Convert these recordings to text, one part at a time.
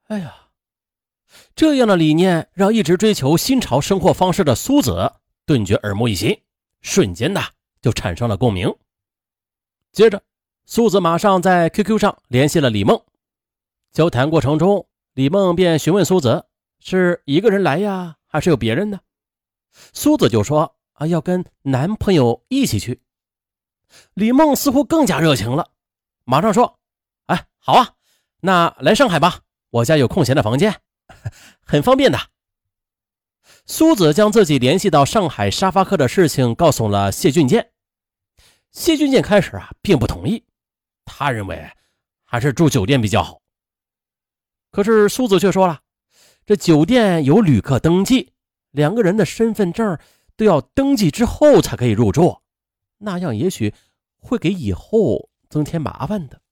哎呀，这样的理念让一直追求新潮生活方式的苏子顿觉耳目一新，瞬间就产生了共鸣。接着苏子马上在 QQ 上联系了李梦，交谈过程中，李梦便询问苏子是一个人来呀，还是有别人呢？苏子就说要跟男朋友一起去。李梦似乎更加热情了，马上说好啊，那来上海吧，我家有空闲的房间，很方便的。苏子将自己联系到上海沙发客的事情告诉了谢俊健。谢俊健开始并不同意，他认为还是住酒店比较好。可是苏子却说了，这酒店有旅客登记，两个人的身份证都要登记之后才可以入住，那样也许会给以后增添麻烦的。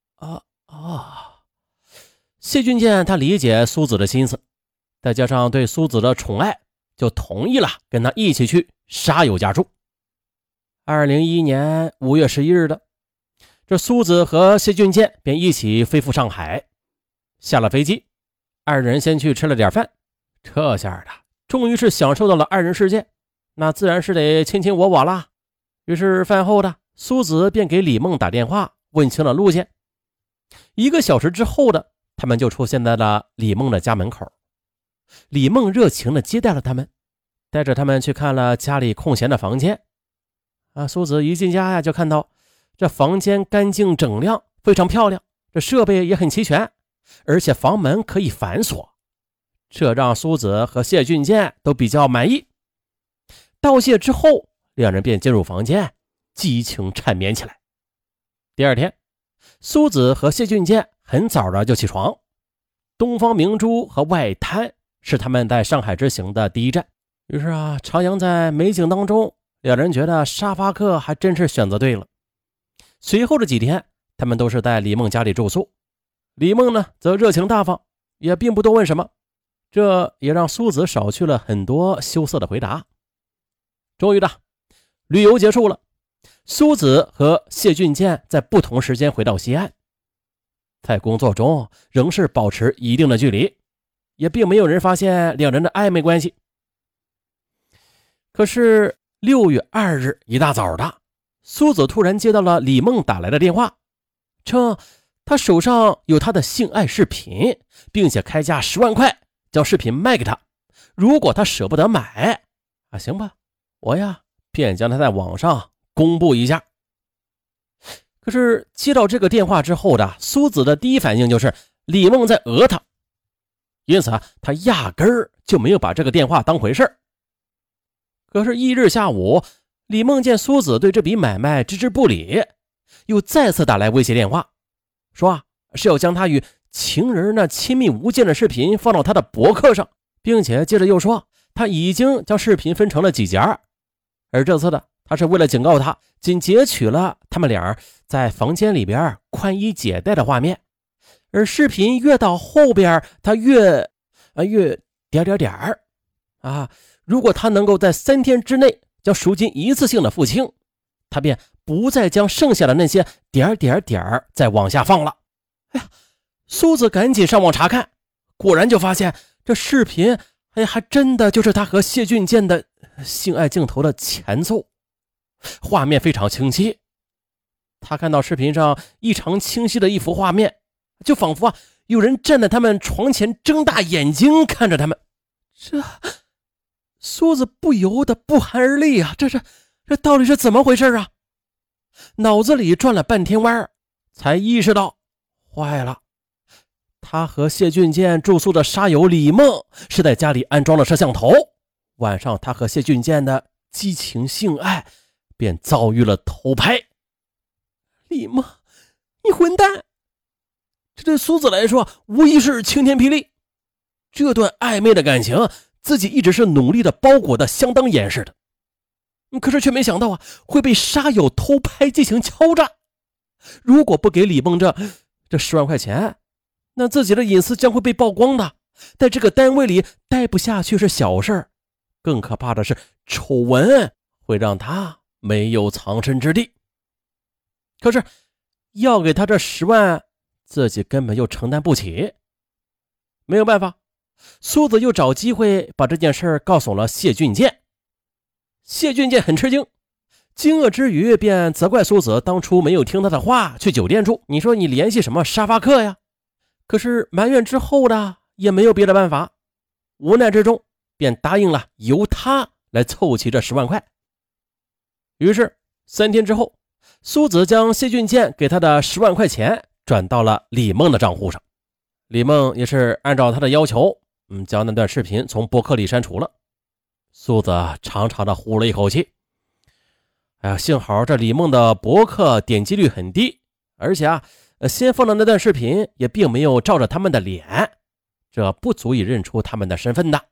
谢俊健他理解苏子的心思，再加上对苏子的宠爱，就同意了跟他一起去沙友家住。2011年5月11日的，这苏子和谢俊健便一起飞赴上海。下了飞机，二人先去吃了点饭，这下终于是享受到了二人世界，那自然是得卿卿我我啦。于是饭后苏子便给李梦打电话问清了路线。1个小时之后他们就出现在了李梦的家门口。李梦热情地接待了他们，带着他们去看了家里空闲的房间。苏子一进家就看到这房间干净整亮，非常漂亮，这设备也很齐全，而且房门可以反锁，这让苏子和谢俊健都比较满意。道谢之后，两人便进入房间，激情缠绵起来。第二天，苏子和谢俊健很早就起床，东方明珠和外滩是他们在上海之行的第一站。于是徜徉在美景当中，两人觉得沙发客还真是选择对了。随后的几天，他们都是在李梦家里住宿。李梦呢，则热情大方，也并不多问什么，这也让苏子少去了很多羞涩的回答。终于旅游结束了，苏子和谢俊健在不同时间回到西岸，在工作中仍是保持一定的距离，也并没有人发现两人的暧昧关系。可是6月2日一大早苏子突然接到了李梦打来的电话，称他手上有他的性爱视频，并且开价10万块将视频卖给他，如果他舍不得买行吧，我便将他在网上公布一下。可是接到这个电话之后苏子的第一反应就是李梦在讹他，因此他压根儿就没有把这个电话当回事。可是1日下午，李梦见苏子对这笔买卖置之不理，又再次打来威胁电话，说是要将他与情人那亲密无间的视频放到他的博客上，并且接着又说他已经将视频分成了几夹，而这次他是为了警告他，仅截取了他们俩在房间里边宽衣解带的画面，而视频越到后边他越如果他能够在3天之内将赎金一次性的付清，他便不再将剩下的那些再往下放了。苏子赶紧上网查看，果然就发现这视频还真的就是他和谢俊健的性爱镜头的前奏，画面非常清晰。他看到视频上异常清晰的一幅画面，就仿佛有人站在他们床前睁大眼睛看着他们。苏子不由得不寒而栗这到底是怎么回事脑子里转了半天弯，才意识到坏了，他和谢俊健住宿的沙友李梦是在家里安装了摄像头，晚上他和谢俊健的激情性爱便遭遇了偷拍。李梦，你混蛋！这对苏子来说无疑是晴天霹雳，这段暧昧的感情自己一直是努力的包裹的相当严实的，可是却没想到会被沙友偷拍进行敲诈。如果不给李梦这10万块钱，那自己的隐私将会被曝光的，在这个单位里待不下去是小事，更可怕的是丑闻会让他没有藏身之地。可是要给他这10万，自己根本就承担不起。 没有办法，苏子又找机会把这件事告诉了谢俊健。谢俊健很吃惊，惊愕之余便责怪苏子当初没有听他的话去酒店住，你说你联系什么沙发客呀？可是埋怨之后的也没有别的办法，无奈之中便答应了由他来凑齐这10万块。于是3天之后，苏子将谢俊健给他的10万块钱转到了李梦的账户上。李梦也是按照他的要求，将那段视频从博客里删除了。苏子长长的呼了一口气，哎呀，幸好这李梦的博客点击率很低，而且先放的那段视频也并没有照着他们的脸，这不足以认出他们的身份的。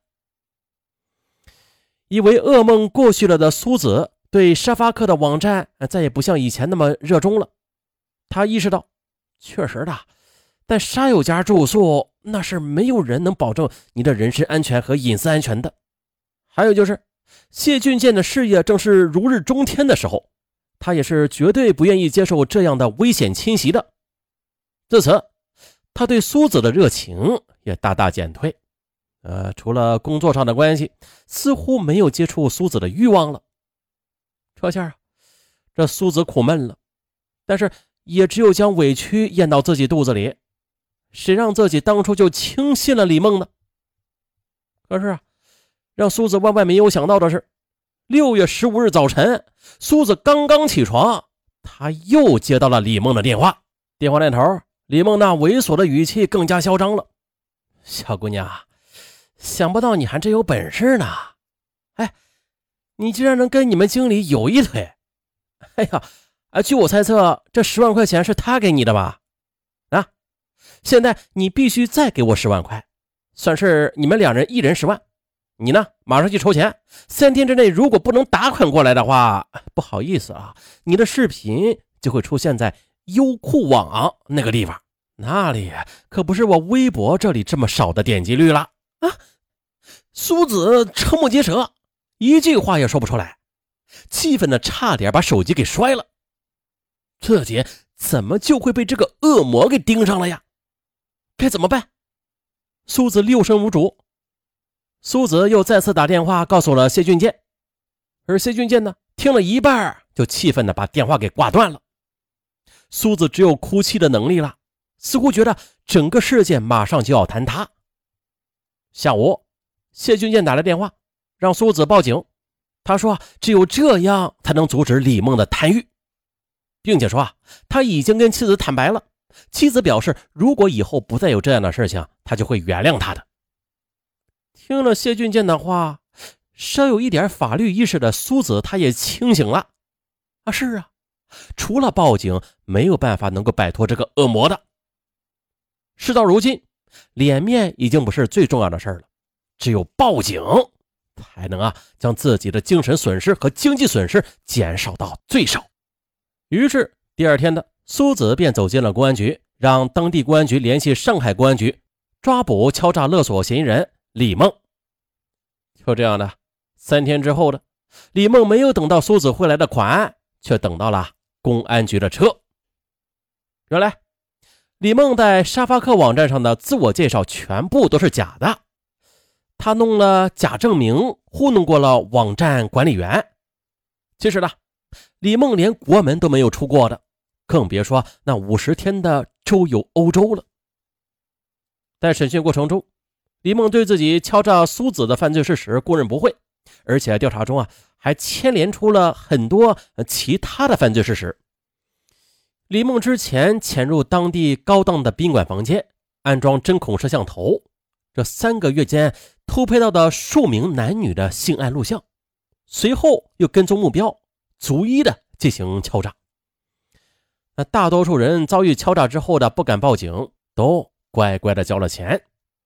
以为噩梦过去了的苏子对沙发客的网站再也不像以前那么热衷了。他意识到，确实的，但沙友家住宿那是没有人能保证你的人身安全和隐私安全的。还有就是谢俊健的事业正是如日中天的时候，他也是绝对不愿意接受这样的危险侵袭的。自此他对苏子的热情也大大减退，除了工作上的关系，似乎没有接触苏子的欲望了。这下这苏子苦闷了，但是也只有将委屈咽到自己肚子里，谁让自己当初就轻信了李梦呢？可是让苏子万万没有想到的是，6月15日早晨，苏子刚刚起床，他又接到了李梦的电话。电话那头，李梦那猥琐的语气更加嚣张了：“小姑娘，想不到你还真有本事呢！哎，你竟然能跟你们经理有一腿！哎呀，据我猜测，这10万块钱是他给你的吧？啊，现在你必须再给我10万块，算是你们2人一人10万。你呢，马上去筹钱，3天之内如果不能打款过来的话，不好意思啊，你的视频就会出现在优酷网那个地方，那里可不是我微博这里这么少的点击率了啊！”苏子瞠目结舌，一句话也说不出来，气愤的差点把手机给摔了。自己怎么就会被这个恶魔给盯上了呀？该怎么办？苏子六神无主。苏子又再次打电话告诉了谢俊健，而谢俊健呢，听了一半就气愤的把电话给挂断了。苏子只有哭泣的能力了，似乎觉得整个世界马上就要坍塌。下午，谢俊健打来电话让苏子报警，他说只有这样才能阻止李梦的贪欲，并且说他已经跟妻子坦白了，妻子表示如果以后不再有这样的事情，他就会原谅他的。听了谢俊健的话，稍有一点法律意识的苏子他也清醒了。是啊，除了报警，没有办法能够摆脱这个恶魔的。事到如今，脸面已经不是最重要的事了，只有报警才能将自己的精神损失和经济损失减少到最少。于是第2天的苏子便走进了公安局，让当地公安局联系上海公安局抓捕敲诈勒索嫌疑人李梦。就这样的3天之后的李梦没有等到苏子汇来的款，却等到了公安局的车。原来李梦在沙发客网站上的自我介绍全部都是假的，他弄了假证明糊弄过了网站管理员。其实呢，李梦连国门都没有出过的，更别说那50天的周游欧洲了。在审讯过程中，李梦对自己敲诈苏子的犯罪事实供认不讳，而且调查中还牵连出了很多其他的犯罪事实。李梦之前潜入当地高档的宾馆房间，安装针孔摄像头，这3个月间偷拍到的数名男女的性爱录像，随后又跟踪目标，逐一的进行敲诈。那大多数人遭遇敲诈之后的不敢报警，都乖乖的交了钱。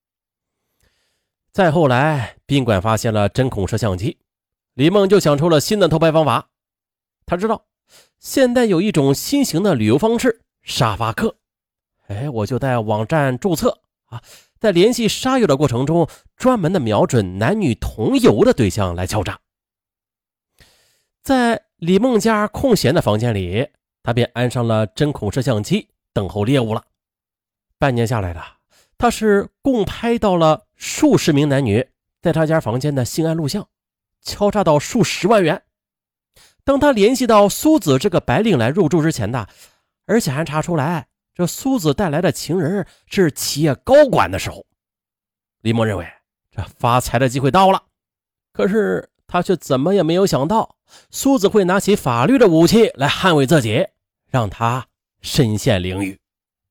再后来，宾馆发现了针孔摄像机，李梦就想出了新的偷拍方法。他知道现在有一种新型的旅游方式，沙发客。我就在网站注册在联系沙友的过程中，专门的瞄准男女同游的对象来敲诈。在李梦家空闲的房间里，他便安上了针孔摄像机，等候猎物了。半年下来了， 他是共拍到了数十名男女在他家房间的性爱录像，敲诈到数十万元。当他联系到苏子这个白领来入住之前的，而且还查出来这苏子带来的情人是企业高管的时候，李默认为这发财的机会到了。可是他却怎么也没有想到苏子会拿起法律的武器来捍卫自己，让他身陷囹圄。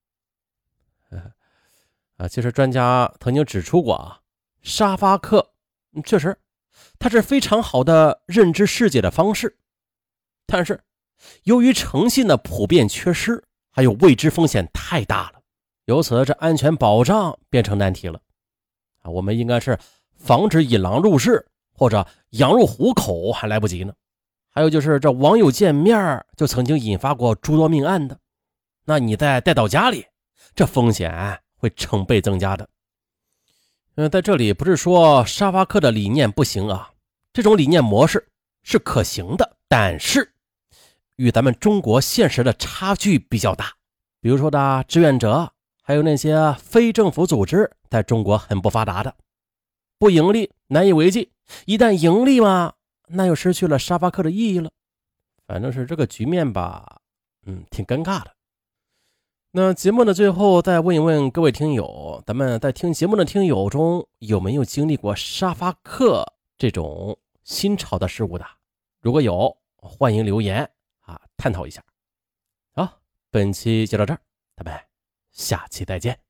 其实专家曾经指出过沙发客确实它是非常好的认知世界的方式，但是由于诚信的普遍缺失，还有未知风险太大了，由此这安全保障变成难题了。我们应该是防止引狼入室，或者羊入虎口还来不及呢。还有就是这网友见面就曾经引发过诸多命案的，那你再带到家里，这风险会成倍增加的。在这里不是说沙发客的理念不行这种理念模式是可行的，但是与咱们中国现实的差距比较大。比如说的志愿者，还有那些非政府组织，在中国很不发达的，不盈利难以为继，一旦盈利嘛，那又失去了沙发客的意义了。反正是这个局面吧，挺尴尬的。那节目的最后再问一问各位听友，咱们在听节目的听友中有没有经历过沙发客这种新潮的事物的？如果有，欢迎留言探讨一下。好，本期就到这儿，咱们下期再见。